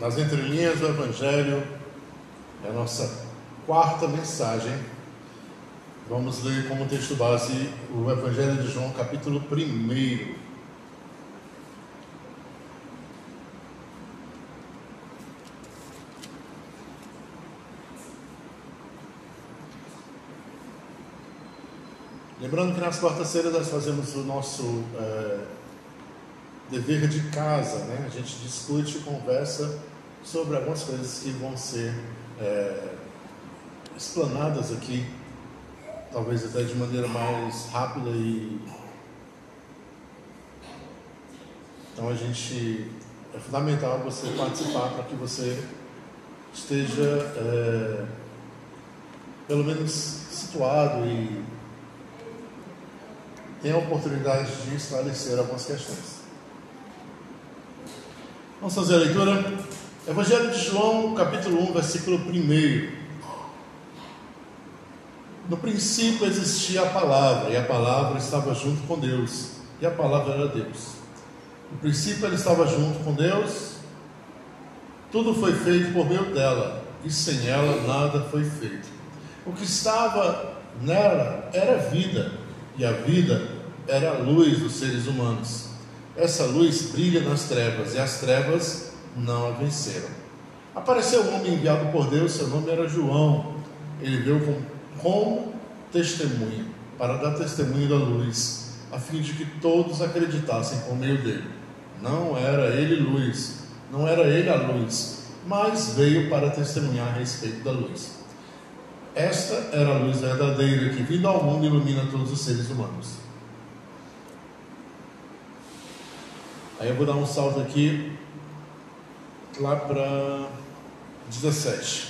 Nas entrelinhas do Evangelho, é a nossa quarta mensagem. Vamos ler como texto base o Evangelho de João, capítulo 1. Lembrando que nas quartas-feiras nós fazemos o nosso dever de casa, né? A gente discute e conversa sobre algumas coisas que vão ser explanadas aqui, talvez até de maneira mais rápida Então é fundamental você participar para que você esteja pelo menos situado e tenha a oportunidade de esclarecer algumas questões. Vamos fazer a leitura. Evangelho de João, capítulo 1, versículo 1. No princípio existia a palavra, e a palavra estava junto com Deus, e a palavra era Deus. No princípio ela estava junto com Deus, tudo foi feito por meio dela, e sem ela nada foi feito. O que estava nela era vida, e a vida era a luz dos seres humanos. Essa luz brilha nas trevas, e as trevas não a venceram. Apareceu um homem enviado por Deus, seu nome era João. Ele veio como testemunha, para dar testemunho da luz, a fim de que todos acreditassem por meio dele. Não era ele luz, não era ele a luz, mas veio para testemunhar a respeito da luz. Esta era a luz verdadeira, que vindo ao mundo ilumina todos os seres humanos. Aí eu vou dar um salto aqui, lá para 17.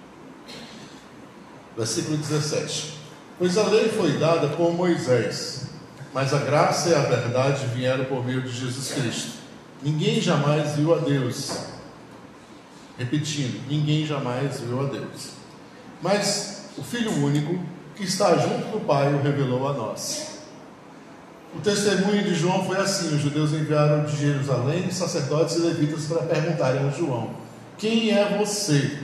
Versículo 17. Pois a lei foi dada por Moisés, mas a graça e a verdade vieram por meio de Jesus Cristo. Ninguém jamais viu a Deus. Repetindo, ninguém jamais viu a Deus. Mas o Filho único, que está junto do Pai, o revelou a nós. O testemunho de João foi assim: os judeus enviaram de Jerusalém sacerdotes e levitas para perguntarem a João: quem é você?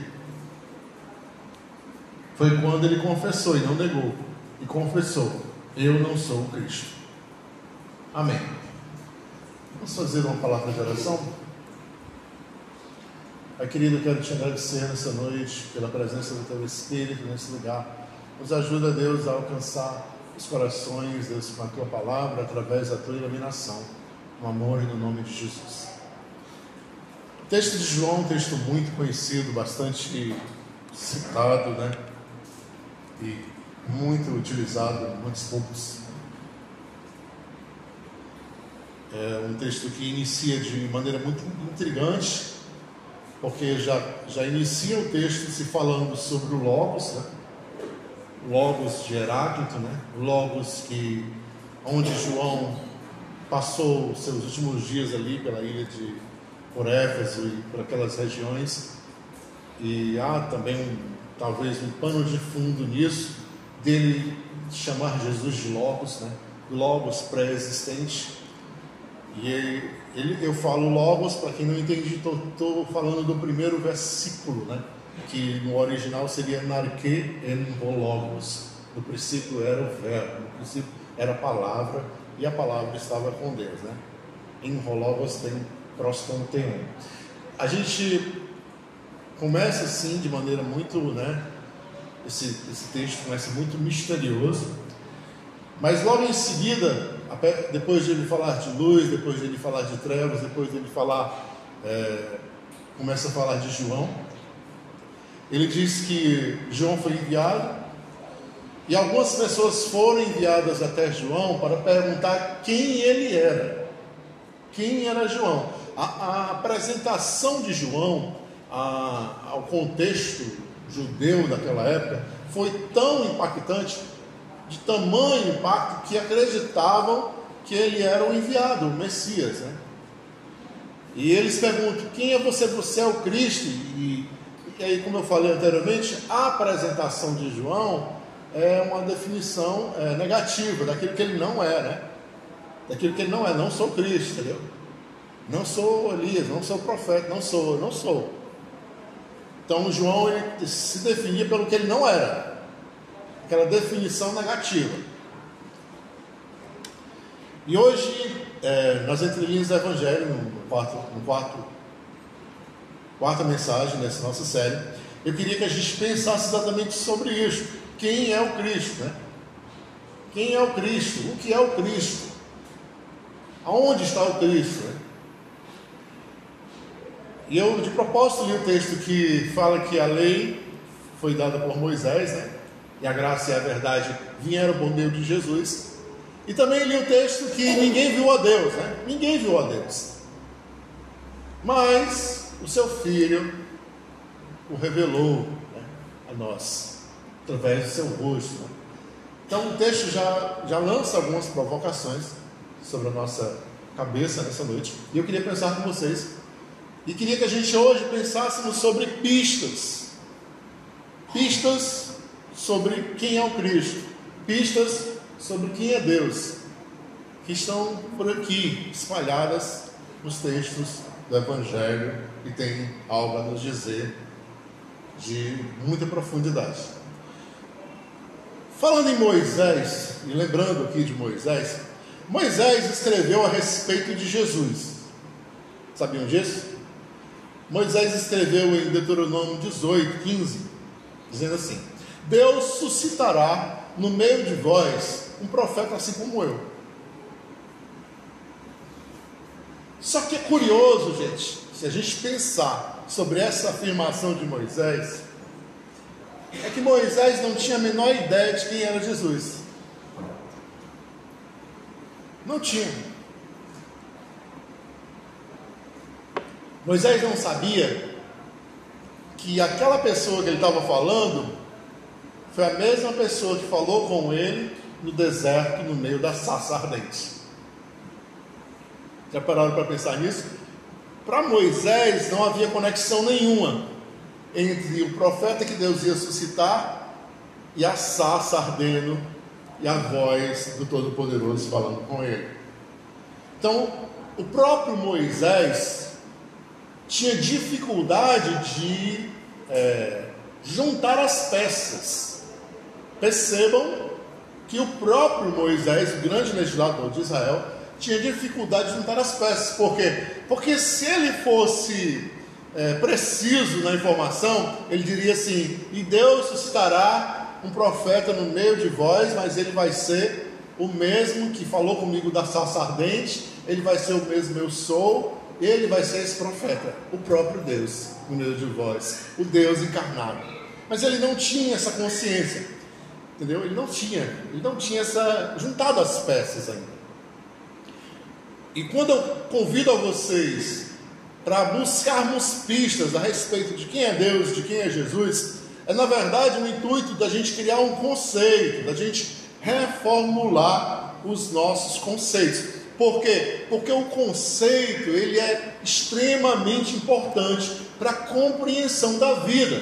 Foi quando ele confessou e não negou, e confessou: eu não sou o Cristo. Amém. Vamos fazer uma palavra de oração? Pai querido, eu quero te agradecer nessa noite pela presença do teu Espírito nesse lugar. Nos ajuda, Deus, a alcançar os corações, Deus, com a tua palavra, através da tua iluminação, no amor e no nome de Jesus. O texto de João é um texto muito conhecido, bastante citado, né? E muito utilizado em muitos púlpitos. É um texto que inicia de maneira muito intrigante, porque já inicia o texto se falando sobre o Logos, né? Logos de Heráclito, né? Logos onde João passou os seus últimos dias ali pela ilha por Éfeso e por aquelas regiões. E há também talvez um pano de fundo nisso, dele chamar Jesus de Logos, né? Logos pré-existente. E eu falo Logos, para quem não entende, estou falando do primeiro versículo, né? Que no original seria Narque en Logos. No princípio era o verbo, no princípio era a palavra, e a palavra estava com Deus, né? Em Logos tem próximo tem. A gente começa assim de maneira muito, né? Esse texto começa muito misterioso, mas logo em seguida, depois de ele falar de luz, depois de ele falar de trevas, depois de ele começa a falar de João. Ele diz que João foi enviado, e algumas pessoas foram enviadas até João para perguntar quem ele era. Quem era João? A apresentação de João ao contexto judeu daquela época foi tão impactante, de tamanho impacto, que acreditavam que ele era o enviado, o Messias, né? E eles perguntam: quem é você? Você é o Cristo? E aí, como eu falei anteriormente, a apresentação de João é uma definição negativa daquilo que ele não é, né? Daquilo que ele não é, não sou Cristo, entendeu? Não sou Elias, não sou profeta, não sou. Então João ele se definia pelo que ele não era, aquela definição negativa. E hoje, nas entrelinhas do Evangelho, quarta mensagem dessa nossa série, eu queria que a gente pensasse exatamente sobre isso. Quem é o Cristo, né? Quem é o Cristo? O que é o Cristo? Aonde está o Cristo, né? E eu, de propósito, li o texto que fala que a lei foi dada por Moisés, né? E a graça e a verdade vieram por meio de Jesus. E também li o texto que ninguém viu a Deus, né? Ninguém viu a Deus. Mas o seu Filho o revelou, né, a nós, através do seu rosto, né? Então o texto já lança algumas provocações sobre a nossa cabeça nessa noite. E eu queria pensar com vocês. E queria que a gente hoje pensássemos sobre pistas sobre quem é o Cristo, pistas sobre quem é Deus, que estão por aqui, espalhadas nos textos do Evangelho, e tem algo a nos dizer de muita profundidade. Falando em Moisés, e lembrando aqui de Moisés, Moisés escreveu a respeito de Jesus. Sabiam disso? Moisés escreveu em Deuteronômio 18, 15, dizendo assim: Deus suscitará no meio de vós um profeta assim como eu. Só que é curioso, gente, se a gente pensar sobre essa afirmação de Moisés, é que Moisés não tinha a menor ideia de quem era Jesus. Não tinha. Moisés não sabia que aquela pessoa que ele estava falando foi a mesma pessoa que falou com ele no deserto, no meio da sarça ardente. Já pararam para pensar nisso? Para Moisés não havia conexão nenhuma entre o profeta que Deus ia suscitar e a sarça ardendo e a voz do Todo-Poderoso falando com ele. Então, o próprio Moisés tinha dificuldade de juntar as peças. Percebam que o próprio Moisés, o grande legislador de Israel, tinha dificuldade de juntar as peças. Por quê? Porque se ele fosse preciso na informação, ele diria assim: e Deus suscitará um profeta no meio de vós, mas ele vai ser o mesmo que falou comigo da sarça ardente, ele vai ser o mesmo eu sou, ele vai ser esse profeta, o próprio Deus no meio de vós, o Deus encarnado. Mas ele não tinha essa consciência, entendeu? Ele não tinha juntado as peças ainda. E quando eu convido a vocês para buscarmos pistas a respeito de quem é Deus, de quem é Jesus, é na verdade um intuito da gente criar um conceito, da gente reformular os nossos conceitos. Por quê? Porque o conceito ele é extremamente importante para a compreensão da vida.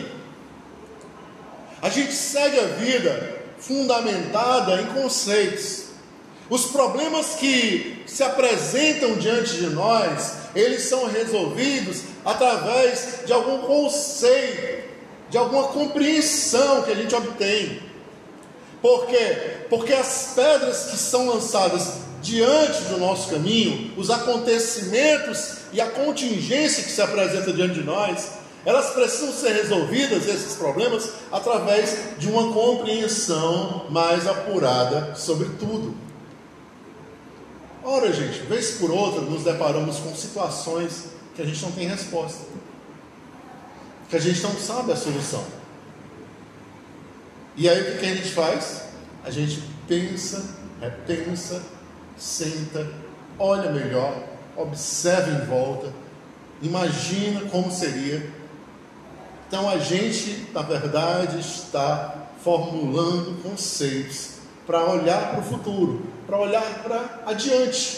A gente segue a vida fundamentada em conceitos. Os problemas que se apresentam diante de nós, eles são resolvidos através de algum conceito, de alguma compreensão que a gente obtém. Por quê? Porque as pedras que são lançadas diante do nosso caminho, os acontecimentos e a contingência que se apresenta diante de nós, elas precisam ser resolvidas, esses problemas, através de uma compreensão mais apurada sobre tudo. Ora, gente, vez por outra, nos deparamos com situações que a gente não tem resposta, que a gente não sabe a solução. E aí o que a gente faz? A gente pensa, repensa, senta, olha melhor, observa em volta, imagina como seria. Então a gente, na verdade, está formulando conceitos para olhar para o futuro, para olhar para adiante.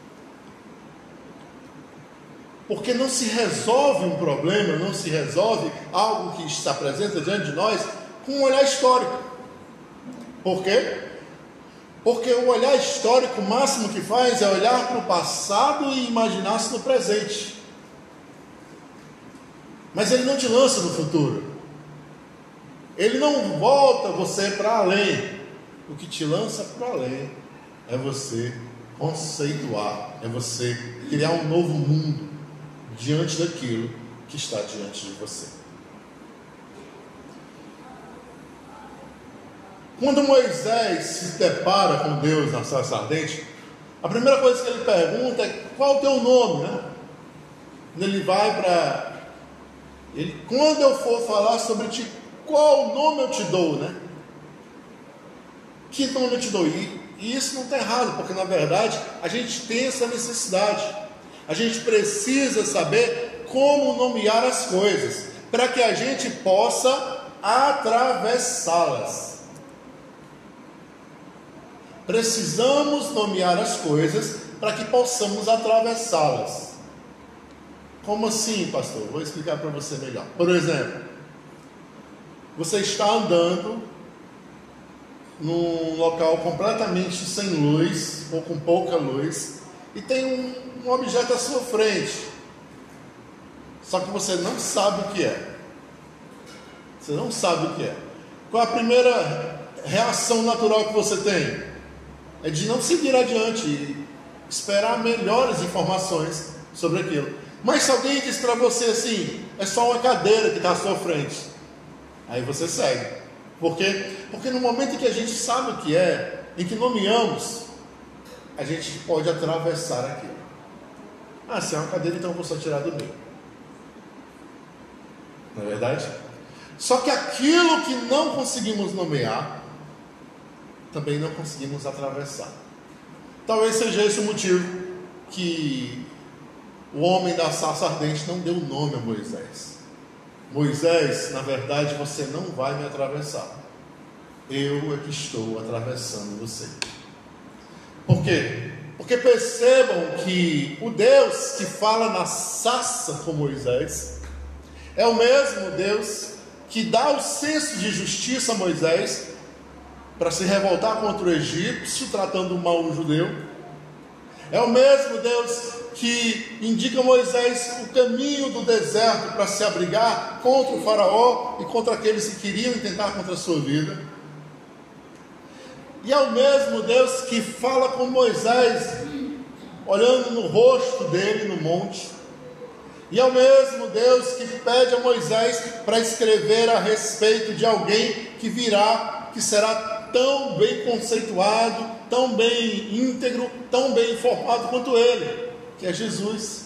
Porque não se resolve um problema, não se resolve algo que está presente diante de nós com um olhar histórico. Por quê? Porque o olhar histórico, o máximo que faz é olhar para o passado e imaginar-se no presente. Mas ele não te lança no futuro. Ele não volta você para além. O que te lança para além é você conceituar, é você criar um novo mundo diante daquilo que está diante de você. Quando Moisés se depara com Deus na sarça ardente, a primeira coisa que ele pergunta é: qual é o teu nome, né? Ele vai para... quando eu for falar sobre ti, qual nome eu te dou, né? Que nome eu te dou? E isso não está errado, porque na verdade a gente tem essa necessidade. A gente precisa saber como nomear as coisas, para que a gente possa atravessá-las. Precisamos nomear as coisas para que possamos atravessá-las. Como assim, pastor? Vou explicar para você melhor. Por exemplo, você está andando num local completamente sem luz, ou com pouca luz, e tem um objeto à sua frente, só que você não sabe o que é. Você não sabe o que é. Qual a primeira reação natural que você tem? É de não seguir adiante e esperar melhores informações sobre aquilo. Mas se alguém diz para você assim: é só uma cadeira que está à sua frente, aí você segue. Por quê? Porque no momento em que a gente sabe o que é, em que nomeamos, a gente pode atravessar aquilo. Ah, se é uma cadeira, então eu vou só tirar do meio. Não é verdade? Só que aquilo que não conseguimos nomear, também não conseguimos atravessar. Talvez seja esse o motivo que o homem da sarça ardente não deu nome a Moisés. Moisés, na verdade, você não vai me atravessar. Eu é que estou atravessando você. Por quê? Porque percebam que o Deus que fala na sarça com Moisés é o mesmo Deus que dá o senso de justiça a Moisés para se revoltar contra o egípcio, tratando mal o judeu. É o mesmo Deus que indica a Moisés o caminho do deserto para se abrigar contra o faraó e contra aqueles que queriam tentar contra a sua vida. E é o mesmo Deus que fala com Moisés, olhando no rosto dele no monte. E é o mesmo Deus que pede a Moisés para escrever a respeito de alguém que virá, que será tão bem conceituado, tão bem íntegro, tão bem informado quanto ele, que é Jesus.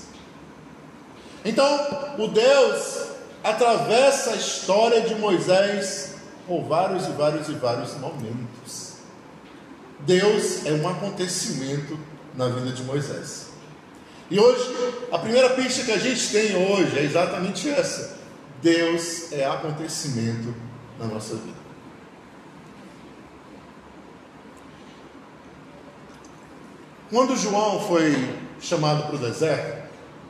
Então, o Deus atravessa a história de Moisés por vários momentos. Deus é um acontecimento na vida de Moisés. E hoje, a primeira pista que a gente tem hoje é exatamente essa: Deus é acontecimento na nossa vida. Quando João foi chamado para o deserto,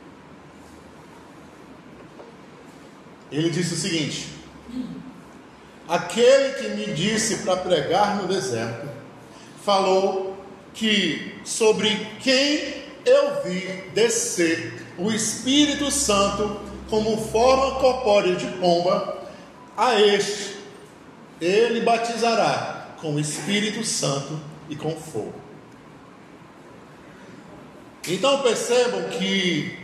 ele disse o seguinte: aquele que me disse para pregar no deserto, falou que sobre quem eu vi descer o Espírito Santo como forma corpórea de pomba, a este ele batizará com o Espírito Santo e com fogo. Então percebam que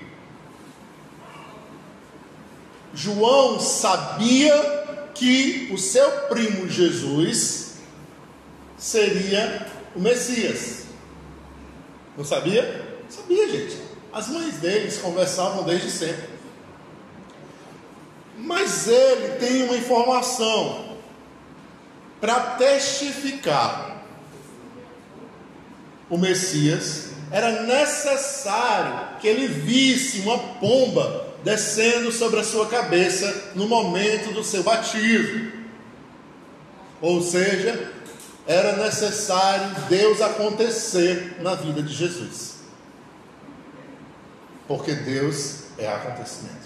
João sabia que o seu primo Jesus seria o Messias. Não sabia? Sabia, gente. As mães deles conversavam desde sempre. Mas ele tem uma informação para testificar o Messias. Era necessário que ele visse uma pomba descendo sobre a sua cabeça no momento do seu batismo. Ou seja, era necessário Deus acontecer na vida de Jesus. Porque Deus é acontecimento.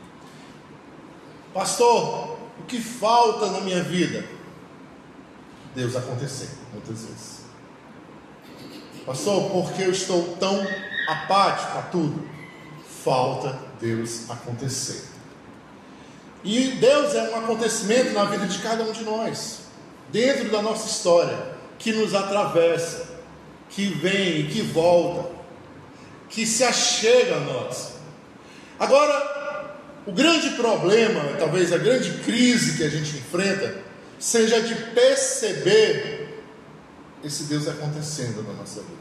Pastor, o que falta na minha vida? Deus acontecer, muitas vezes. Pastor, por que eu estou tão apático a tudo? Falta Deus acontecer. E Deus é um acontecimento na vida de cada um de nós, dentro da nossa história, que nos atravessa, que vem e que volta, que se achega a nós. Agora, o grande problema, talvez a grande crise que a gente enfrenta, seja de perceber esse Deus acontecendo na nossa vida.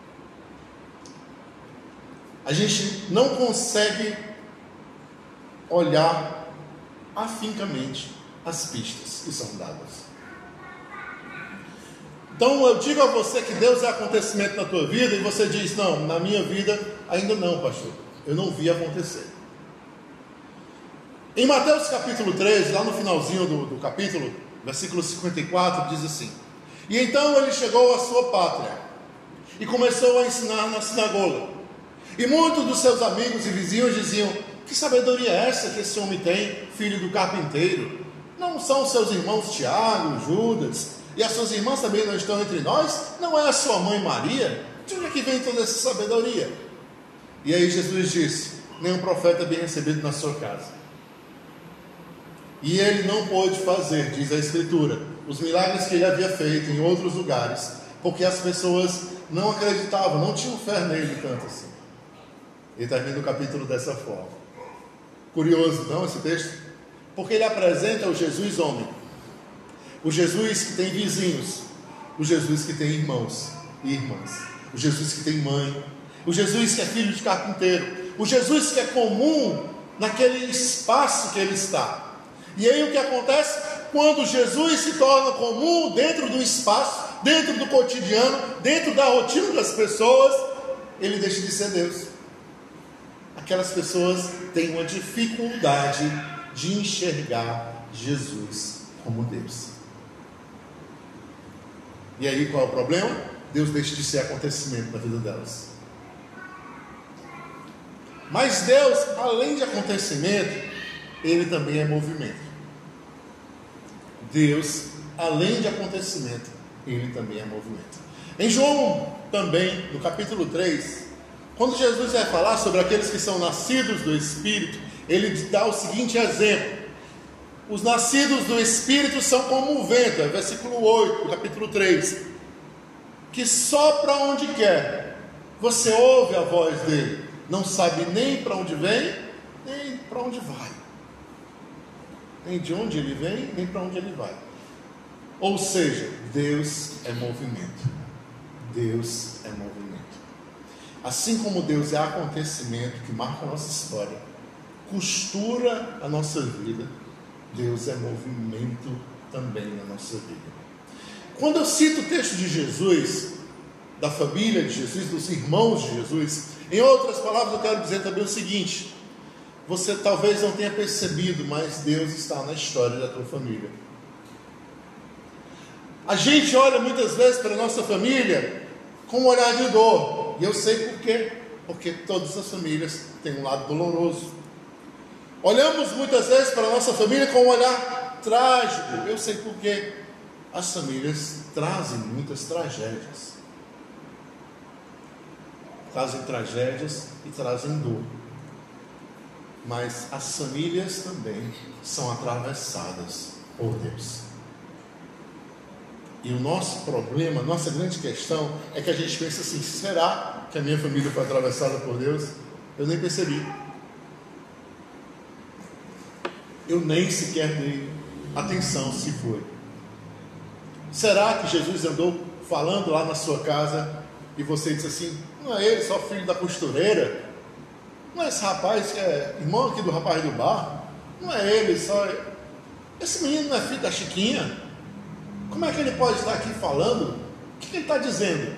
A gente não consegue olhar afincamente as pistas que são dadas. Então eu digo a você que Deus é acontecimento na tua vida, e você diz: não, na minha vida ainda não, pastor, eu não vi acontecer. Em Mateus capítulo 13, lá no finalzinho do capítulo, versículo 54, diz assim: e então ele chegou à sua pátria e começou a ensinar na sinagoga, e muitos dos seus amigos e vizinhos diziam: que sabedoria é essa que esse homem tem, filho do carpinteiro? Não são seus irmãos Tiago, Judas, e as suas irmãs também não estão entre nós? Não é a sua mãe Maria? De onde é que vem toda essa sabedoria? E aí Jesus disse: nenhum profeta é bem recebido na sua casa. E ele não pôde fazer, diz a Escritura, os milagres que ele havia feito em outros lugares, porque as pessoas não acreditavam, não tinham fé nele tanto assim. Ele termina o capítulo dessa forma. Curioso, não, esse texto? Porque ele apresenta o Jesus homem, o Jesus que tem vizinhos, o Jesus que tem irmãos e irmãs, o Jesus que tem mãe, o Jesus que é filho de carpinteiro, o Jesus que é comum naquele espaço que ele está. E aí o que acontece? Quando Jesus se torna comum dentro do espaço, dentro do cotidiano, dentro da rotina das pessoas, ele deixa de ser Deus. Aquelas pessoas têm uma dificuldade de enxergar Jesus como Deus. E aí qual é o problema? Deus deixa de ser acontecimento na vida delas. Mas Deus, além de acontecimento, ele também é movimento. Deus, além de acontecimento, ele também é movimento. Em João também, no capítulo 3, quando Jesus vai falar sobre aqueles que são nascidos do Espírito, ele dá o seguinte exemplo: os nascidos do Espírito são como o vento, versículo 8, do capítulo 3, que sopra onde quer. Você ouve a voz dele, não sabe nem para onde vem, nem para onde vai, nem de onde ele vem, nem para onde ele vai. Ou seja, Deus é movimento. Deus é movimento. Assim como Deus é acontecimento que marca a nossa história, costura a nossa vida, Deus é movimento também na nossa vida. Quando eu cito o texto de Jesus, da família de Jesus, dos irmãos de Jesus, em outras palavras eu quero dizer também o seguinte: você talvez não tenha percebido, mas Deus está na história da tua família. A gente olha muitas vezes para a nossa família com um olhar de dor, e eu sei por quê, porque todas as famílias têm um lado doloroso. Olhamos muitas vezes para a nossa família com um olhar trágico, eu sei por quê. As famílias trazem muitas tragédias. Trazem tragédias e trazem dor. Mas as famílias também são atravessadas por Deus. E o nosso problema, nossa grande questão é que a gente pensa assim: será que a minha família foi atravessada por Deus? Eu nem percebi. Eu nem sequer dei atenção se foi. Será que Jesus andou falando lá na sua casa e você disse assim: não é ele só filho da costureira? Não é esse rapaz que é irmão aqui do rapaz do bar? Não é ele só... Esse menino não é filho da Chiquinha? Como é que ele pode estar aqui falando? O que ele está dizendo?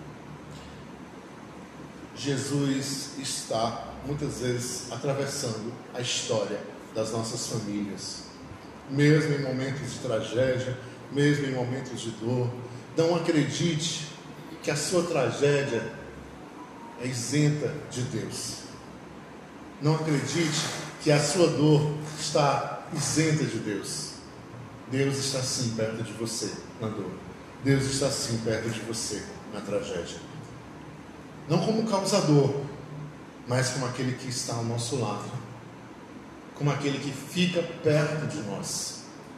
Jesus está muitas vezes atravessando a história das nossas famílias, mesmo em momentos de tragédia, mesmo em momentos de dor. Não acredite que a sua tragédia é isenta de Deus. Não acredite que a sua dor está isenta de Deus. Deus está sim perto de você na dor. Deus está sim perto de você na tragédia. Não como causador, mas como aquele que está ao nosso lado, como aquele que fica perto de nós.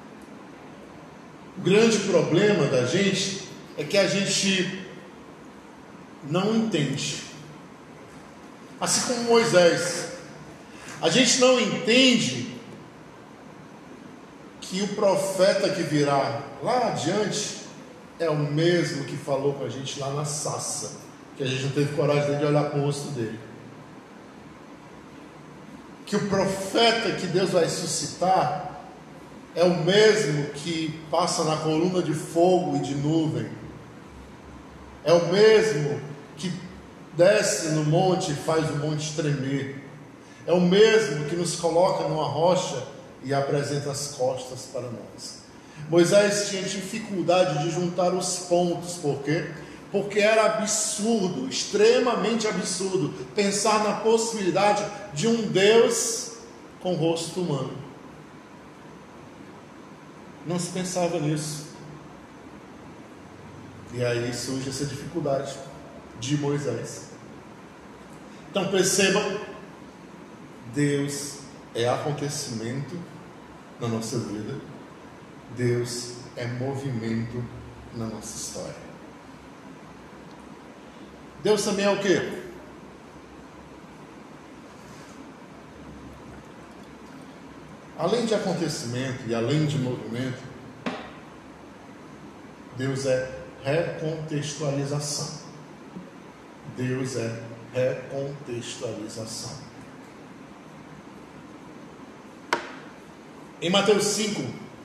O grande problema da gente é que a gente não entende. Assim como Moisés, a gente não entende que o profeta que virá lá adiante é o mesmo que falou com a gente lá na Sassa, que a gente não teve coragem de olhar para o rosto dele. Que o profeta que Deus vai suscitar é o mesmo que passa na coluna de fogo e de nuvem. É o mesmo que desce no monte e faz o monte tremer. É o mesmo que nos coloca numa rocha e apresenta as costas para nós. Moisés tinha dificuldade de juntar os pontos. Por quê? Porque era absurdo, extremamente absurdo, pensar na possibilidade de um Deus com rosto humano. Não se pensava nisso. E aí surge essa dificuldade de Moisés. Então percebam, Deus é acontecimento na nossa vida. Deus é movimento na nossa história. Deus também é o quê? Além de acontecimento e além de movimento, Deus é recontextualização. Deus é recontextualização. Em Mateus 5,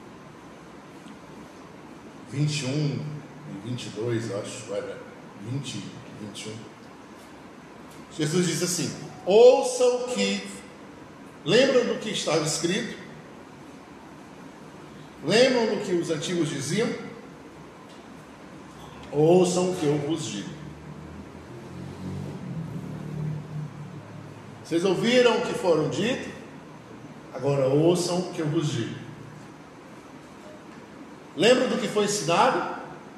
21 e 22, acho, 20 e 21, Jesus diz assim: ouçam o que, lembram do que estava escrito? Lembram do que os antigos diziam? Ouçam o que eu vos digo. Vocês ouviram o que foram dito? Agora ouçam o que eu vos digo. Lembram do que foi ensinado?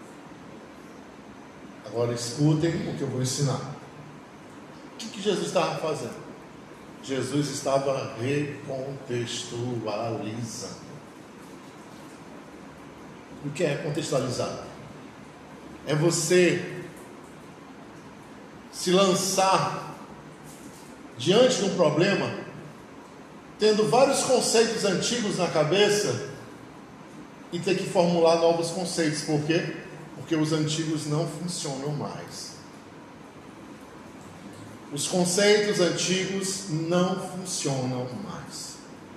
Agora escutem o que eu vou ensinar. O que Jesus estava fazendo? Jesus estava recontextualizando. O que é contextualizar? É você se lançar diante de um problema, tendo vários conceitos antigos na cabeça e ter que formular novos conceitos. Por quê? Porque os antigos não funcionam mais. Os conceitos antigos não funcionam mais.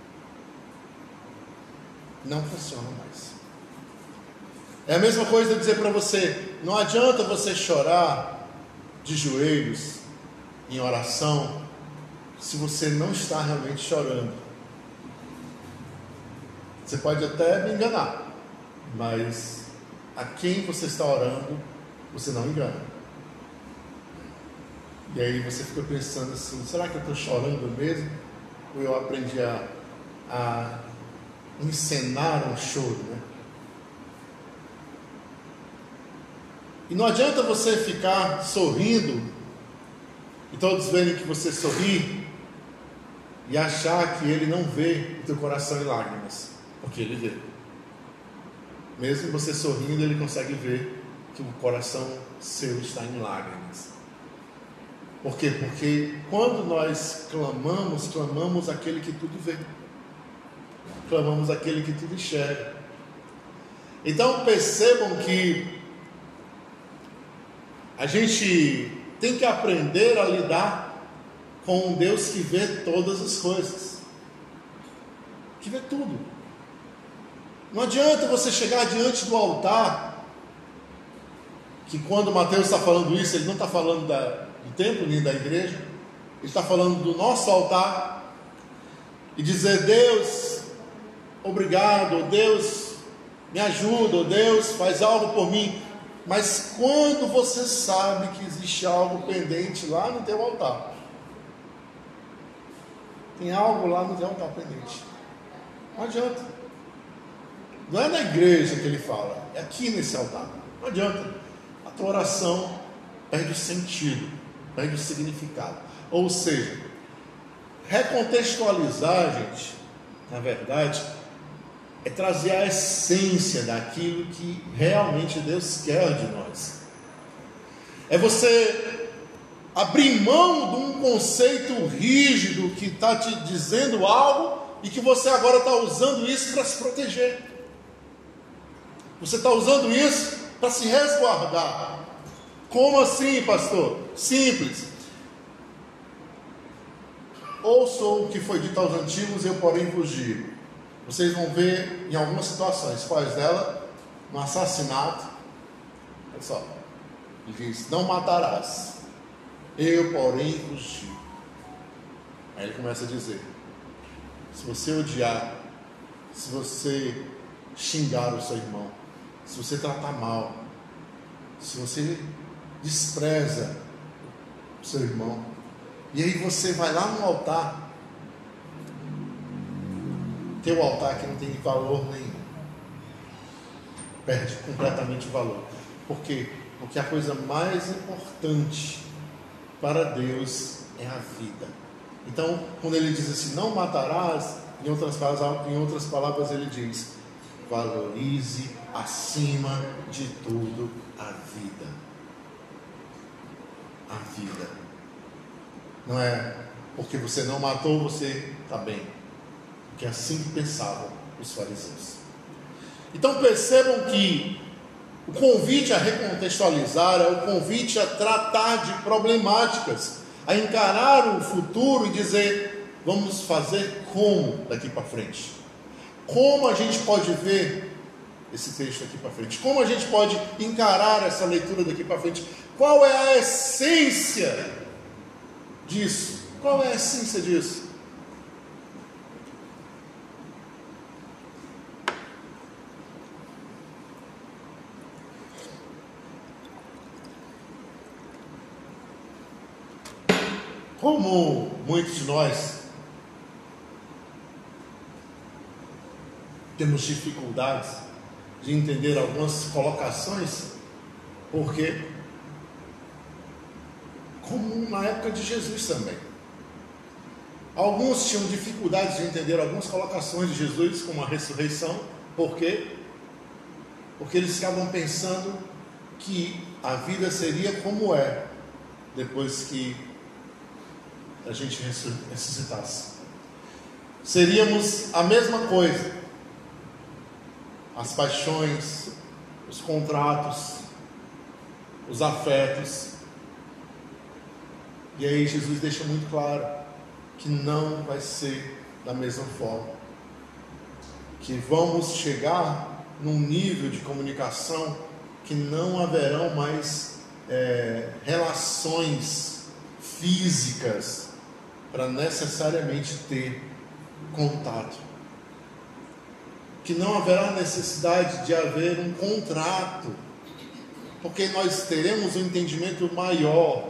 Não funcionam mais. É a mesma coisa eu dizer para você: não adianta você chorar de joelhos em oração se você não está realmente chorando. Você pode até me enganar, mas a quem você está orando, você não engana. E aí você fica pensando assim: será que eu estou chorando mesmo? Ou eu aprendi a encenar um choro, né? E não adianta você ficar sorrindo e todos verem que você sorri e achar que ele não vê o teu coração em lágrimas, porque ele vê. Mesmo você sorrindo, ele consegue ver que o coração seu está em lágrimas. Por quê? Porque quando nós clamamos aquele que tudo vê. Clamamos aquele que tudo enxerga. Então percebam que a gente tem que aprender a lidar com um Deus que vê todas as coisas, que vê tudo. Não adianta você chegar diante do altar, que quando Mateus está falando isso, ele não está falando do templo nem da igreja, ele está falando do nosso altar, e dizer: Deus, obrigado, Deus, me ajuda, Deus, faz algo por mim. Mas quando você sabe que existe algo pendente lá no teu altar, tem algo lá no teu altar pendente, não adianta. Não é na igreja que ele fala, é aqui nesse altar. Não adianta. A tua oração perde o sentido, perde o significado. Ou seja, recontextualizar, gente, na verdade, é trazer a essência daquilo que realmente Deus quer de nós. É você abrir mão de um conceito rígido que está te dizendo algo e que você agora está usando isso para se proteger. Você está usando isso para se resguardar. Como assim, pastor? Simples. Ouçam o que foi dito aos antigos, eu porém vos digo. Vocês vão ver em algumas situações, quais dela? No assassinato. Olha só. Ele diz, não matarás. Eu porém vos digo. Aí ele começa a dizer, se você odiar, se você xingar o seu irmão, se você tratar mal, se você despreza o seu irmão, e aí você vai lá no altar, teu altar aqui não tem valor nenhum, perde completamente o valor. Por quê? Porque a coisa mais importante para Deus é a vida. Então, quando ele diz assim, não matarás, em outras palavras ele diz, valorize acima de tudo a vida. A vida. Não é porque você não matou, você está bem. Porque é assim que pensavam os fariseus. Então percebam que o convite a recontextualizar é o convite a tratar de problemáticas, a encarar o futuro e dizer, vamos fazer como daqui para frente? Como a gente pode ver esse texto aqui para frente? Como a gente pode encarar essa leitura daqui para frente? Qual é a essência disso? Qual é a essência disso? Como muitos de nós temos dificuldades de entender algumas colocações, porque, como na época de Jesus também, alguns tinham dificuldades de entender algumas colocações de Jesus, como a ressurreição. Por quê? Porque eles ficavam pensando que a vida seria como é depois que a gente ressuscitasse. Seríamos a mesma coisa. As paixões, os contratos, os afetos. E aí Jesus deixa muito claro que não vai ser da mesma forma. Que vamos chegar num nível de comunicação que não haverão mais relações físicas para necessariamente ter contato. Que não haverá necessidade de haver um contrato, porque nós teremos um entendimento maior,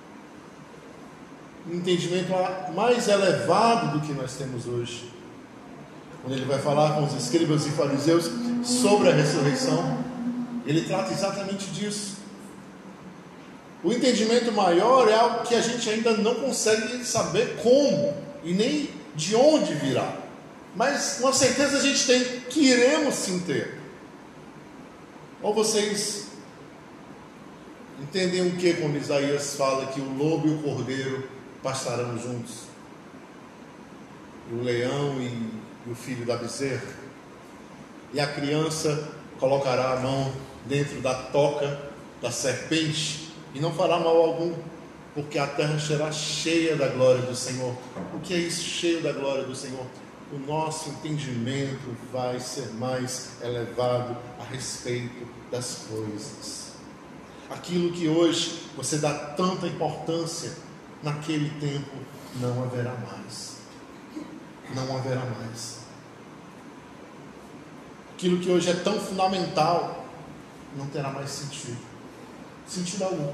um entendimento mais elevado do que nós temos hoje. Quando ele vai falar com os escribas e fariseus sobre a ressurreição, ele trata exatamente disso. O entendimento maior é algo que a gente ainda não consegue saber como e nem de onde virá, mas uma certeza a gente tem que iremos sim ter. Ou vocês entendem o que quando Isaías fala que o lobo e o cordeiro pastarão juntos, o leão e o filho da bezerra, e a criança colocará a mão dentro da toca da serpente e não fará mal algum, porque a terra será cheia da glória do Senhor. O que é isso, cheio da glória do Senhor? O nosso entendimento vai ser mais elevado a respeito das coisas. Aquilo que hoje você dá tanta importância, naquele tempo não haverá mais. Não haverá mais. Aquilo que hoje é tão fundamental não terá mais sentido. Sentido algum.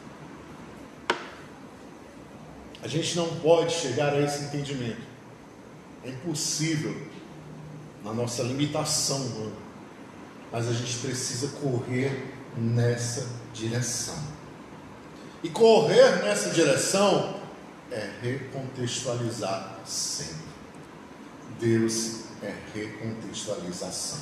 A gente não pode chegar a esse entendimento É impossível na nossa limitação humana, mas a gente precisa correr nessa direção. E correr nessa direção é recontextualizar sempre. Deus é recontextualização.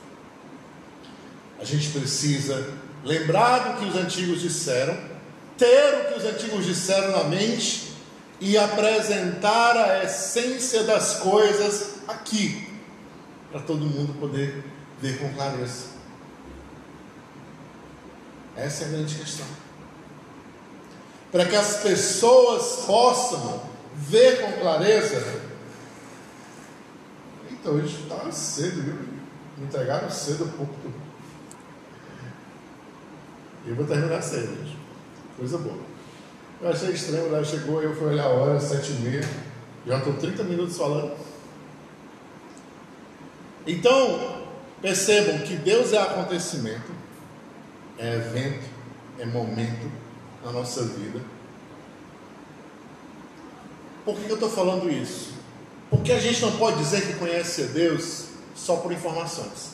A gente precisa lembrar do que os antigos disseram, ter o que os antigos disseram na mente e apresentar a essência das coisas aqui, para todo mundo poder ver com clareza. Essa é a grande questão. Para que as pessoas possam ver com clareza. Então, hoje está cedo, viu? Me entregaram cedo um pouco. Eu vou terminar cedo hoje. Coisa boa. Eu achei estranho, o Léo chegou, eu fui olhar a hora, 7h30. Já estou 30 minutos falando. Então, percebam que Deus é acontecimento, é evento, é momento na nossa vida. Por que eu estou falando isso? Porque a gente não pode dizer que conhece a Deus só por informações.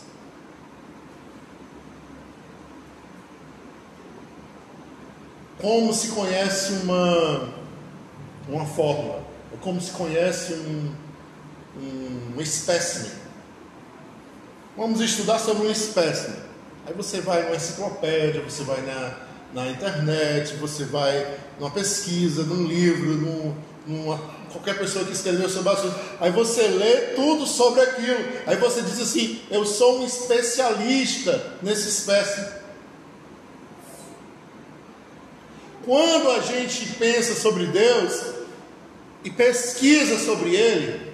Como se conhece uma fórmula, ou como se conhece um espécime. Vamos estudar sobre um espécime. Aí você vai numa enciclopédia, você vai na internet, você vai numa pesquisa, num livro, qualquer pessoa que escreveu sobre o assunto. Aí você lê tudo sobre aquilo. Aí você diz assim: eu sou um especialista nesse espécime. Quando a gente pensa sobre Deus e pesquisa sobre Ele,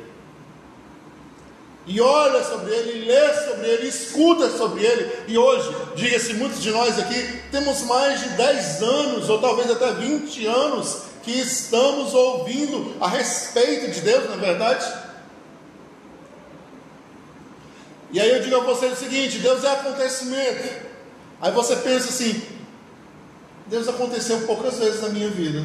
e olha sobre Ele, e lê sobre Ele, e escuta sobre Ele, e hoje, diga-se, muitos de nós aqui temos mais de 10 anos, ou talvez até 20 anos, que estamos ouvindo a respeito de Deus, não é verdade? E aí eu digo a vocês o seguinte: Deus é acontecimento. Aí você pensa assim: Deus aconteceu poucas vezes na minha vida.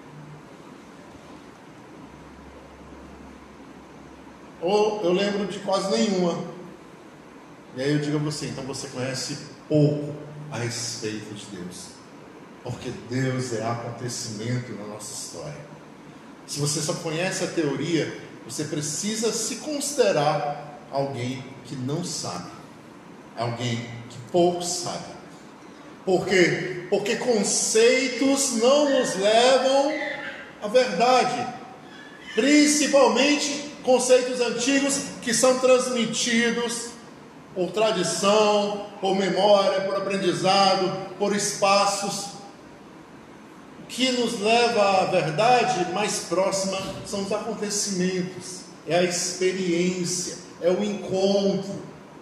Ou eu lembro de quase nenhuma. E aí eu digo a você: então você conhece pouco a respeito de Deus. Porque Deus é acontecimento na nossa história. Se você só conhece a teoria, você precisa se considerar alguém que não sabe. Alguém que pouco sabe. Por quê? Porque conceitos não nos levam à verdade. Principalmente conceitos antigos que são transmitidos por tradição, por memória, por aprendizado, por espaços. O que nos leva à verdade mais próxima são os acontecimentos, é a experiência, é o encontro.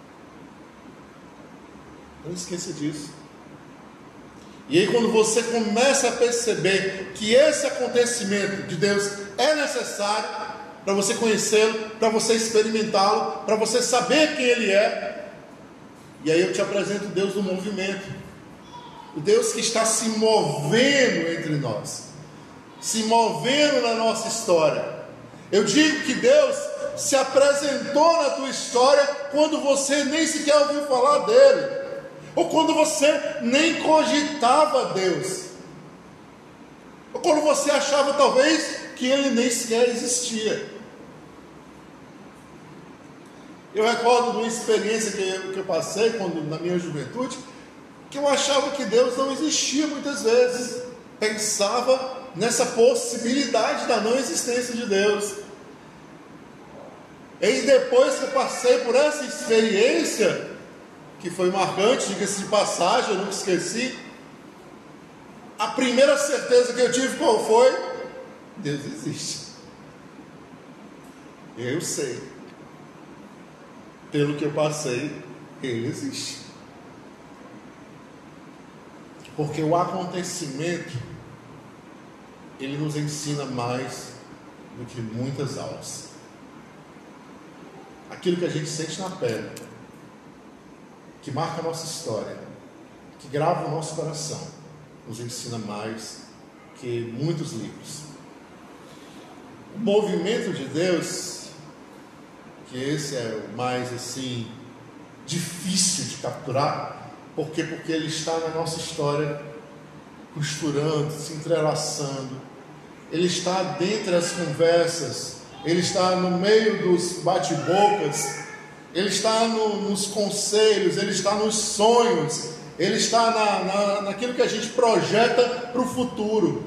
Não esqueça disso. E aí, quando você começa a perceber que esse acontecimento de Deus é necessário para você conhecê-lo, para você experimentá-lo, para você saber quem Ele é, e aí eu te apresento Deus do movimento, o Deus que está se movendo entre nós, se movendo na nossa história. Eu digo que Deus se apresentou na tua história quando você nem sequer ouviu falar dele, ou quando você nem cogitava Deus, ou quando você achava talvez que Ele nem sequer existia. Eu recordo de uma experiência que eu passei na minha juventude, que eu achava que Deus não existia muitas vezes. Pensava nessa possibilidade da não existência de Deus. E depois que eu passei por essa experiência, que foi marcante, diga-se de passagem, eu nunca esqueci, a primeira certeza que eu tive qual foi? Deus existe. Eu sei. Pelo que eu passei, Ele existe. Porque o acontecimento, ele nos ensina mais do que muitas aulas. Aquilo que a gente sente na pele, que marca a nossa história, que grava o nosso coração, nos ensina mais que muitos livros. O movimento de Deus que esse é o mais assim difícil de capturar. Por quê? Porque ele está na nossa história, costurando, se entrelaçando. Ele está dentre as conversas, ele está no meio dos bate-bocas, ele está nos conselhos, ele está nos sonhos, ele está naquilo que a gente projeta para o futuro.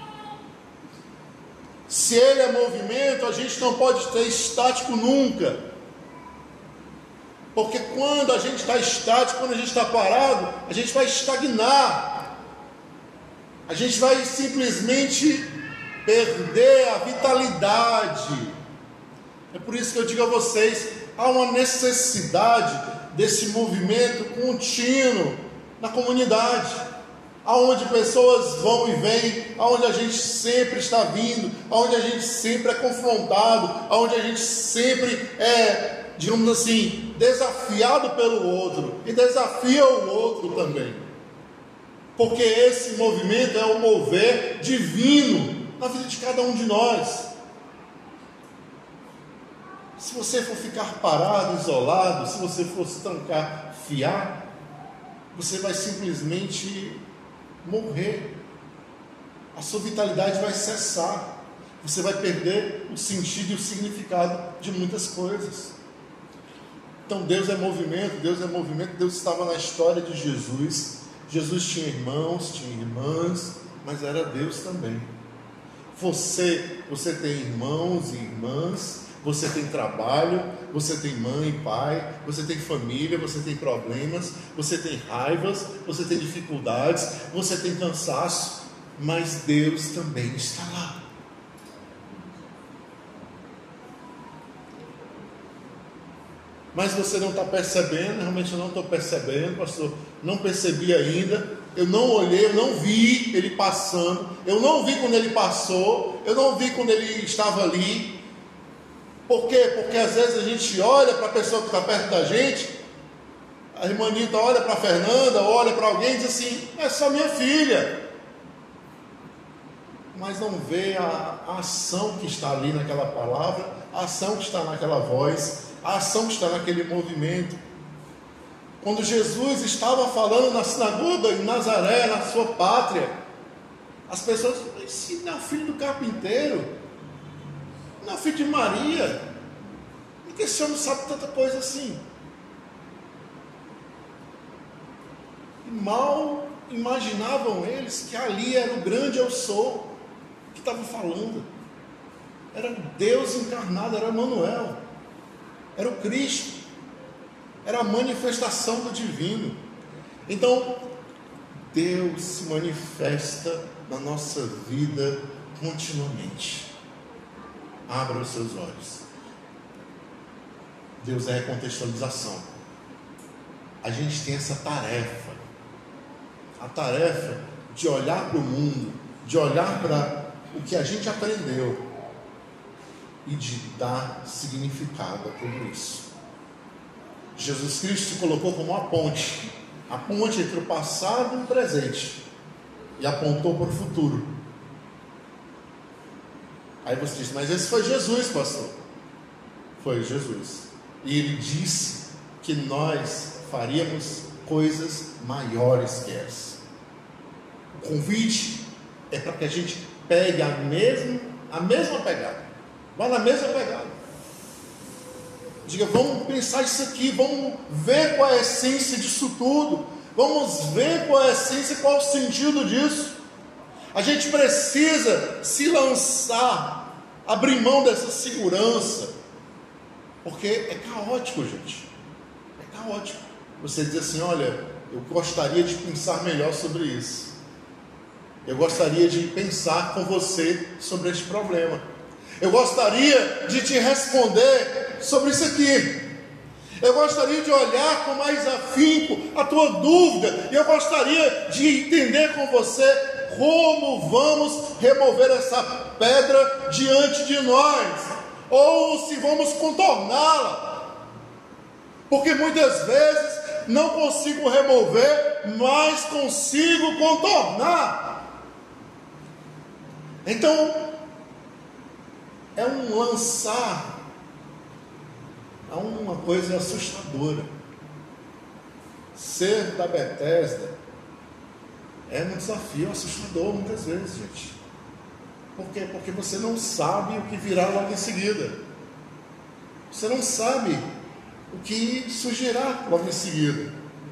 Se ele é movimento, a gente não pode ser estático nunca. Porque quando a gente está estático, quando a gente está parado, a gente vai estagnar. A gente vai simplesmente perder a vitalidade. É por isso que eu digo a vocês, há uma necessidade desse movimento contínuo na comunidade, aonde pessoas vão e vêm, aonde a gente sempre está vindo, aonde a gente sempre é confrontado, aonde a gente sempre é, digamos assim, desafiado pelo outro e desafia o outro também, porque esse movimento é um mover divino na vida de cada um de nós. Se você for ficar parado, isolado, se você for se trancar, fiar, você vai simplesmente morrer. A sua vitalidade vai cessar. Você vai perder o sentido e o significado de muitas coisas. Então Deus é movimento, Deus é movimento. Deus estava na história de Jesus. Jesus tinha irmãos, tinha irmãs, mas era Deus também. Você tem irmãos e irmãs, você tem trabalho, você tem mãe e pai, você tem família, você tem problemas, você tem raivas, você tem dificuldades, você tem cansaço, mas Deus também está lá. Mas você não está percebendo, realmente eu não estou percebendo, pastor, não percebi ainda, eu não olhei, eu não vi ele passando, eu não vi quando ele passou, eu não vi quando ele estava ali. Por quê? Porque às vezes a gente olha para a pessoa que está perto da gente, a irmã Nita olha para a Fernanda, olha para alguém e diz assim, é só minha filha, mas não vê a ação que está ali naquela palavra, a ação que está naquela voz, a ação que está naquele movimento. Quando Jesus estava falando na sinagoga em Nazaré, na sua pátria, as pessoas diziam, esse não é filho do carpinteiro, não é filho de Maria, porque esse homem sabe tanta coisa assim. E mal imaginavam eles que ali era o grande eu sou que estava falando, era Deus encarnado, era Emanuel, era o Cristo, era a manifestação do divino. Então Deus se manifesta na nossa vida continuamente. Abra os seus olhos. Deus é recontextualização. A gente tem essa tarefa, a tarefa de olhar para o mundo, de olhar para o que a gente aprendeu e de dar significado a tudo isso. Jesus Cristo se colocou como a ponte entre o passado e o presente, e apontou para o futuro. Aí você diz, mas esse foi Jesus, pastor. Foi Jesus. E ele disse que nós faríamos coisas maiores que essa. O convite é para que a gente pegue a mesma pegada. Vá na mesma pegada. Diga, vamos pensar isso aqui, vamos ver qual é a essência disso tudo. Vamos ver qual é a essência, qual é o sentido disso. A gente precisa se lançar, abrir mão dessa segurança, porque é caótico, gente. É caótico. Você diz assim, olha, eu gostaria de pensar melhor sobre isso. Eu gostaria de pensar com você sobre este problema. Eu gostaria de te responder sobre isso aqui. Eu gostaria de olhar com mais afinco a tua dúvida. E eu gostaria de entender com você como vamos remover essa pedra diante de nós, ou se vamos contorná-la, porque muitas vezes não consigo remover, mas consigo contornar. Então é um lançar há uma coisa assustadora. Ser da Bethesda é um desafio assustador muitas vezes, gente. Por quê? Porque você não sabe o que virá logo em seguida. Você não sabe o que surgirá logo em seguida.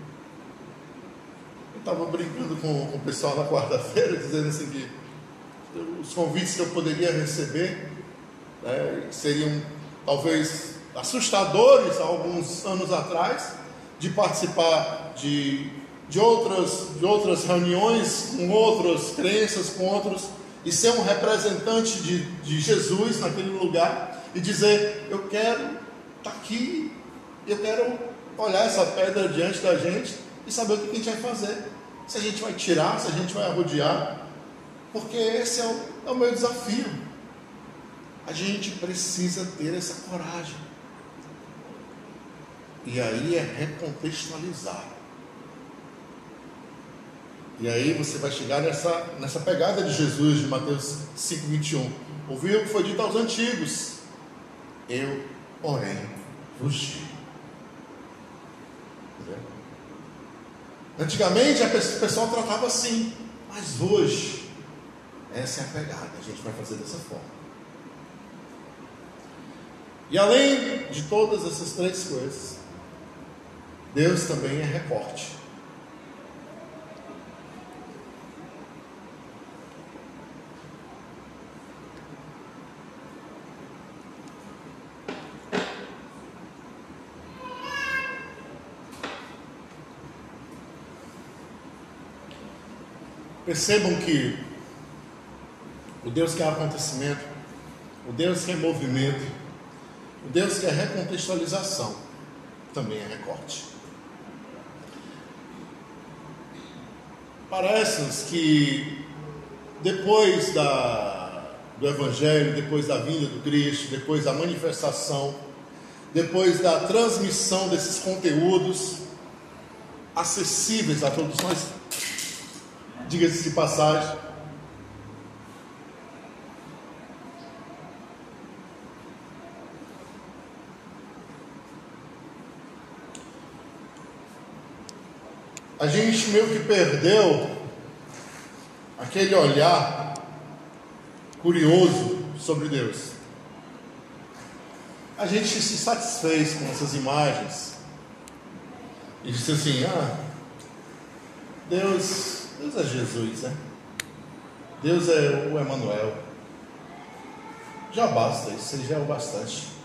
Eu estava brincando com o pessoal na quarta-feira, dizendo assim que os convites que eu poderia receber seriam talvez assustadores há alguns anos atrás, de participar de outras reuniões com outras crenças, com outros, e ser um representante de Jesus naquele lugar e dizer: eu quero estar aqui, eu quero olhar essa pedra diante da gente e saber o que a gente vai fazer, se a gente vai tirar, se a gente vai arrodear, porque esse é o meu desafio. A gente precisa ter essa coragem. E aí é recontextualizar. E aí você vai chegar nessa pegada de Jesus, de Mateus 5,21. Ouviu o que foi dito aos antigos: eu, porém, vos digo. Antigamente o pessoal tratava assim, mas hoje, essa é a pegada, a gente vai fazer dessa forma. E além de todas essas três coisas, Deus também é recorte. Percebam que o Deus que é acontecimento, o Deus que é movimento, o Deus que é recontextualização, também é recorte. Parece-nos que depois do Evangelho, depois da vinda do Cristo, depois da manifestação, depois da transmissão desses conteúdos acessíveis a todos nós, diga-se de passagem, a gente meio que perdeu aquele olhar curioso sobre Deus. A gente se satisfez com essas imagens e disse assim: Deus é Jesus, né? Deus é o Emanuel. Já basta, isso já é o bastante.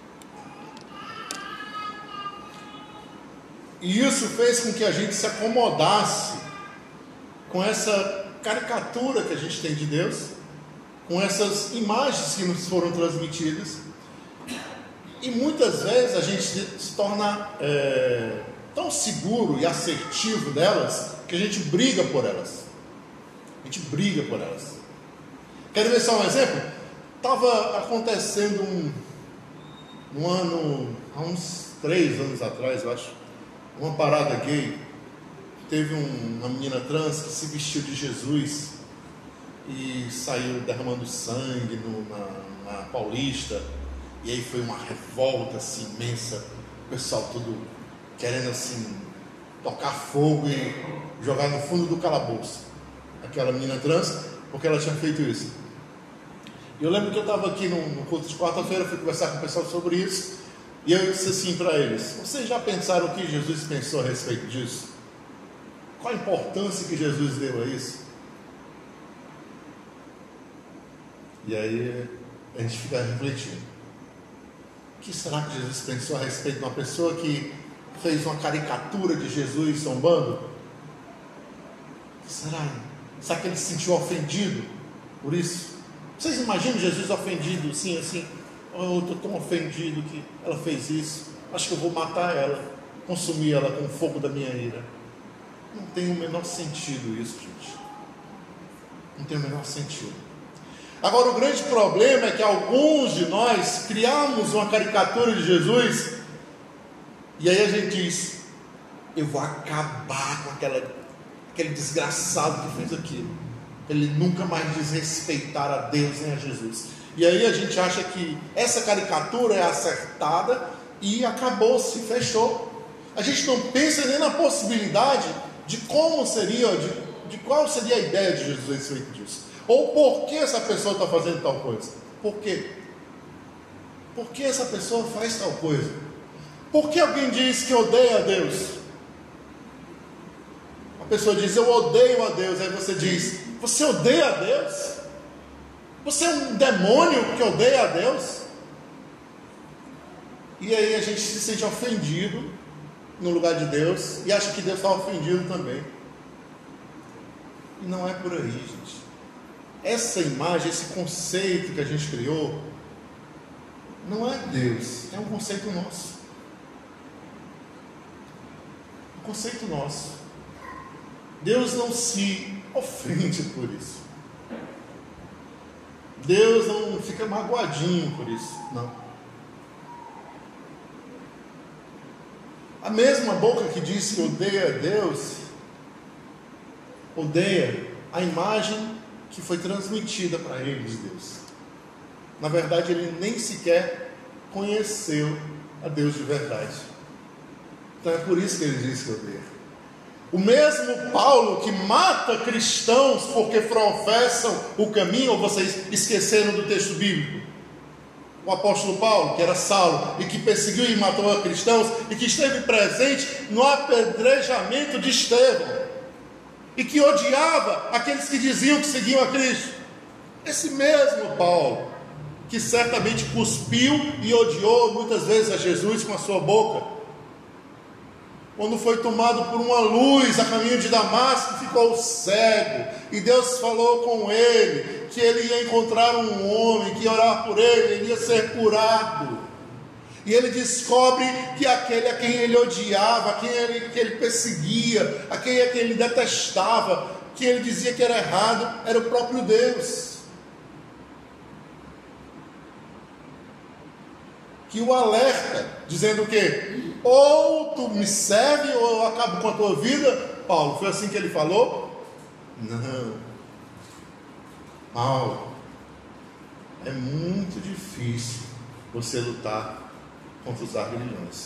E isso fez com que a gente se acomodasse com essa caricatura que a gente tem de Deus, com essas imagens que nos foram transmitidas, e muitas vezes a gente se torna tão seguro e assertivo delas, que a gente briga por elas. A gente briga por elas. Quero ver só um exemplo? Estava acontecendo um ano, há uns 3 anos atrás, eu acho, uma parada gay. Teve uma menina trans que se vestiu de Jesus e saiu derramando sangue na Paulista, e aí foi uma revolta assim, imensa, o pessoal tudo querendo assim tocar fogo e jogar no fundo do calabouço aquela menina trans, porque ela tinha feito isso. E eu lembro que eu estava aqui no culto de quarta-feira, fui conversar com o pessoal sobre isso, e eu disse assim para eles: vocês já pensaram o que Jesus pensou a respeito disso? Qual a importância que Jesus deu a isso? E aí a gente fica refletindo: o que será que Jesus pensou a respeito de uma pessoa que fez uma caricatura de Jesus zombando? O que será? Será que ele se sentiu ofendido por isso? Vocês imaginam Jesus ofendido assim? Oh, eu estou tão ofendido que ela fez isso, acho que eu vou matar ela, consumir ela com o fogo da minha ira. Não tem o menor sentido isso, gente. Não tem o menor sentido. Agora, o grande problema é que alguns de nós criamos uma caricatura de Jesus, e aí a gente diz: eu vou acabar com aquele desgraçado que fez aquilo, ele nunca mais desrespeitar a Deus nem a Jesus. E aí a gente acha que essa caricatura é acertada e acabou-se, fechou. A gente não pensa nem na possibilidade de como seria, de qual seria a ideia de Jesus a respeito disso. Ou por que essa pessoa está fazendo tal coisa. Por quê? Por que essa pessoa faz tal coisa? Por que alguém diz que odeia a Deus? A pessoa diz, eu odeio a Deus. Aí você diz, você odeia a Deus? Você é um demônio que odeia a Deus? E aí a gente se sente ofendido no lugar de Deus e acha que Deus está ofendido também. E não é por aí, gente. Essa imagem, esse conceito que a gente criou, não é Deus, é um conceito nosso. Um conceito nosso. Deus não se ofende por isso. Deus não fica magoadinho por isso, não. A mesma boca que diz que odeia a Deus, odeia a imagem que foi transmitida para ele de Deus. Na verdade, ele nem sequer conheceu a Deus de verdade. Então é por isso que ele diz que odeia. O mesmo Paulo que mata cristãos porque professam o caminho, ou vocês esqueceram do texto bíblico? O apóstolo Paulo, que era Saulo, e que perseguiu e matou cristãos, e que esteve presente no apedrejamento de Estevão, e que odiava aqueles que diziam que seguiam a Cristo. Esse mesmo Paulo, que certamente cuspiu e odiou muitas vezes a Jesus com a sua boca, quando foi tomado por uma luz a caminho de Damasco, ficou cego, e Deus falou com ele, que ele ia encontrar um homem, que ia orar por ele, ele ia ser curado, e ele descobre que aquele a quem ele odiava, a quem ele perseguia, a quem ele detestava, que ele dizia que era errado, era o próprio Deus, que o alerta, dizendo o quê? Ou tu me serve, ou eu acabo com a tua vida. Paulo, foi assim que ele falou? Não. Paulo, é muito difícil você lutar contra os aguilhões.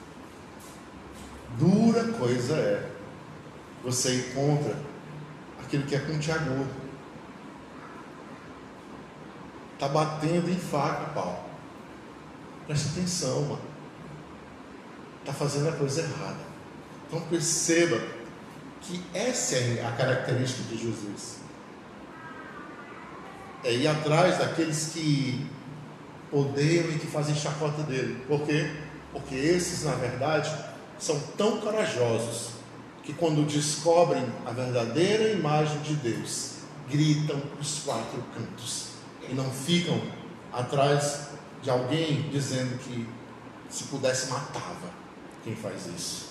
Dura coisa é você ir contra aquilo que é pontiagudo. Está batendo em faca, Paulo. Presta atenção, mano. Está fazendo a coisa errada. Então perceba que essa é a característica de Jesus. É ir atrás daqueles que odeiam e que fazem chacota dele. Por quê? Porque esses, na verdade, são tão corajosos que quando descobrem a verdadeira imagem de Deus, gritam os quatro cantos e não ficam atrás de alguém dizendo que se pudesse matava quem faz isso.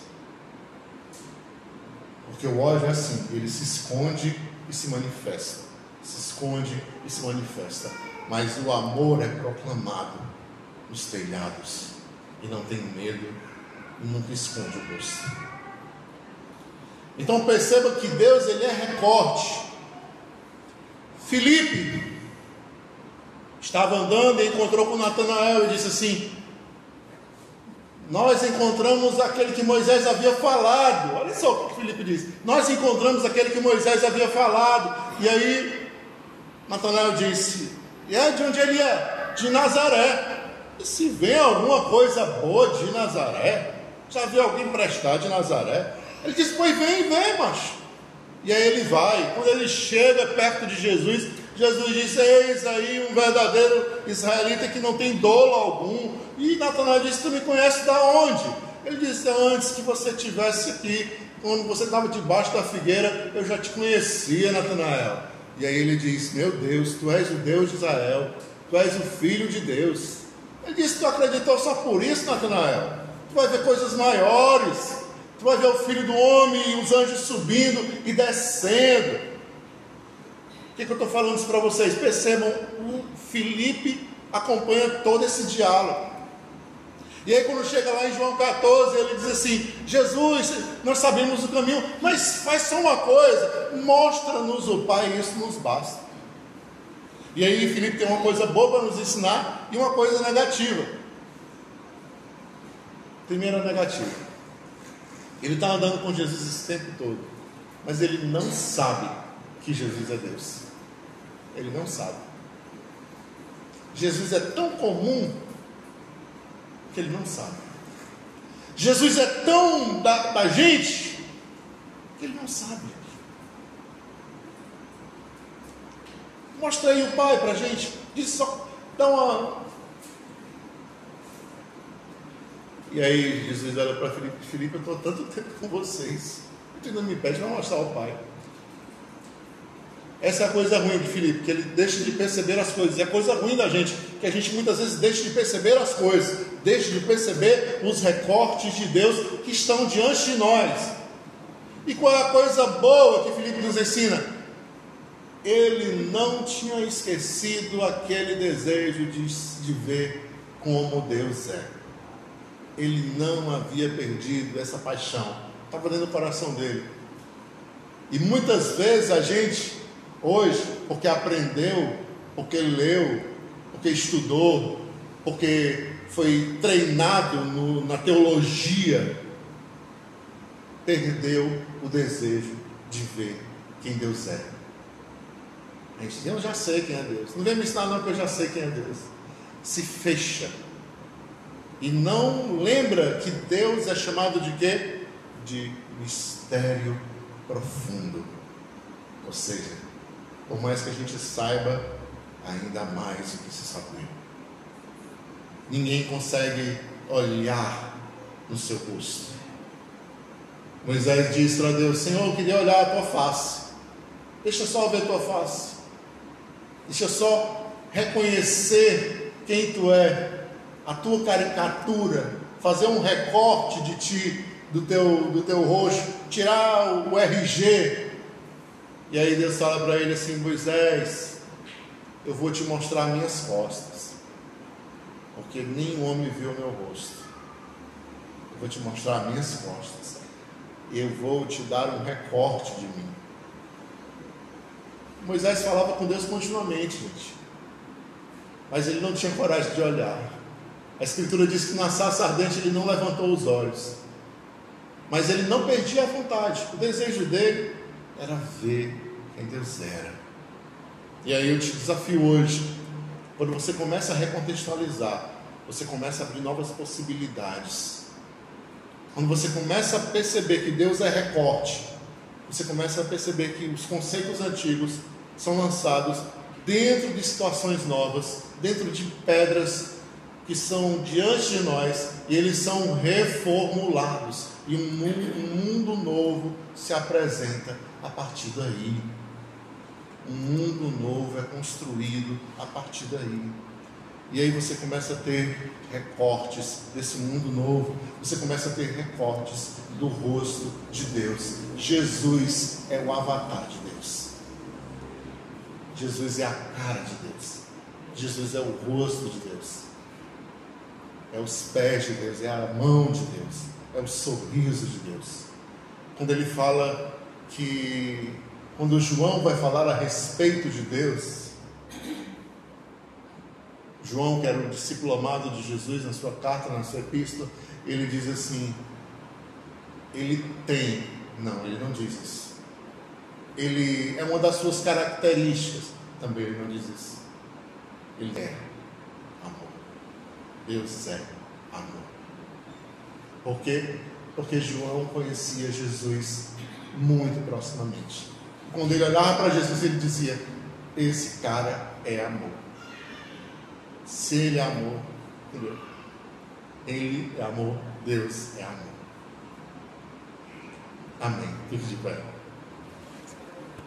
Porque o ódio é assim, ele se esconde e se manifesta, se esconde e se manifesta, mas o amor é proclamado nos telhados e não tem medo e nunca esconde o rosto. Então perceba que Deus, ele é recorte. Filipe estava andando e encontrou com Natanael e disse assim: nós encontramos aquele que Moisés havia falado. Olha só o que Filipe diz: nós encontramos aquele que Moisés havia falado. E aí Natanael disse: e é de onde ele é? De Nazaré. E se vem alguma coisa boa de Nazaré? Já viu alguém prestar de Nazaré? Ele disse: pois vem, macho. E aí ele vai. Quando ele chega perto de Jesus, Jesus disse: eis aí um verdadeiro israelita que não tem dolo algum. E Natanael disse: tu me conheces da onde? Ele disse: antes que você estivesse aqui, quando você estava debaixo da figueira, eu já te conhecia, Natanael. E aí ele disse: meu Deus, tu és o Deus de Israel, tu és o Filho de Deus. Ele disse: tu acreditou só por isso, Natanael? Tu vai ver coisas maiores, tu vai ver o Filho do Homem e os anjos subindo e descendo. O que eu estou falando isso para vocês? Percebam, o Filipe acompanha todo esse diálogo. E aí quando chega lá em João 14, ele diz assim: Jesus, nós sabemos o caminho, mas faz só uma coisa, mostra-nos o Pai, e isso nos basta. E aí Filipe tem uma coisa boa para nos ensinar e uma coisa negativa. Primeira negativa. Ele está andando com Jesus esse tempo todo, mas ele não sabe que Jesus é Deus. Ele não sabe. Jesus é tão comum que ele não sabe. Jesus é tão da gente que ele não sabe. Mostra aí o Pai para a gente. Diz só, dá uma. E aí Jesus olha para Filipe: Filipe, eu estou tanto tempo com vocês, e tu ainda me pede para mostrar o Pai. Essa é a coisa ruim de Filipe, que ele deixa de perceber as coisas. É coisa ruim da gente, que a gente muitas vezes deixa de perceber as coisas, deixa de perceber os recortes de Deus que estão diante de nós. E qual é a coisa boa que Filipe nos ensina? Ele não tinha esquecido aquele desejo de ver como Deus é. Ele não havia perdido essa paixão, estava dentro do coração dele. E muitas vezes a gente, hoje, porque aprendeu, porque leu, porque estudou, porque foi treinado na teologia, perdeu o desejo de ver quem Deus é. A gente diz: eu já sei quem é Deus. Não vem me ensinar não, que eu já sei quem é Deus. Se fecha. E não lembra que Deus é chamado de quê? De mistério profundo. Ou seja, por mais que a gente saiba, ainda mais do que se sabe. Ninguém consegue olhar no seu rosto. Moisés disse para Deus: Senhor, eu queria olhar a tua face. Deixa eu só ver a tua face. Deixa eu só reconhecer quem tu é. A tua caricatura. Fazer um recorte de ti, do teu rosto. Tirar o RG. E aí Deus fala para ele assim: Moisés, eu vou te mostrar minhas costas, porque nenhum homem viu meu rosto. Eu vou te mostrar minhas costas. Eu vou te dar um recorte de mim. Moisés falava com Deus continuamente, gente, mas ele não tinha coragem de olhar. A Escritura diz que na sarça ardente ele não levantou os olhos, mas ele não perdia a vontade. O desejo dele era ver quem Deus era. E aí eu te desafio hoje, quando você começa a recontextualizar, você começa a abrir novas possibilidades. Quando você começa a perceber que Deus é recorte, você começa a perceber que os conceitos antigos são lançados dentro de situações novas, dentro de pedras que são diante de nós, e eles são reformulados, e um mundo novo se apresenta a partir daí. Um mundo novo é construído a partir daí. E aí você começa a ter recortes desse mundo novo. Você começa a ter recortes do rosto de Deus. Jesus é o avatar de Deus. Jesus é a cara de Deus. Jesus é o rosto de Deus. É os pés de Deus, é a mão de Deus, é o sorriso de Deus. Quando ele fala que, quando João vai falar a respeito de Deus, João, que era o discípulo amado de Jesus, na sua carta, na sua epístola, ele diz assim: ele tem, não, ele não diz isso. Ele é uma das suas características, também ele não diz isso. Ele é amor. Deus é amor. Por quê? Porque João conhecia Jesus muito proximamente. Quando ele olhava para Jesus, ele dizia: esse cara é amor. Se ele é amor, entendeu? Ele é amor, Deus é amor. Amém. Fique de pé.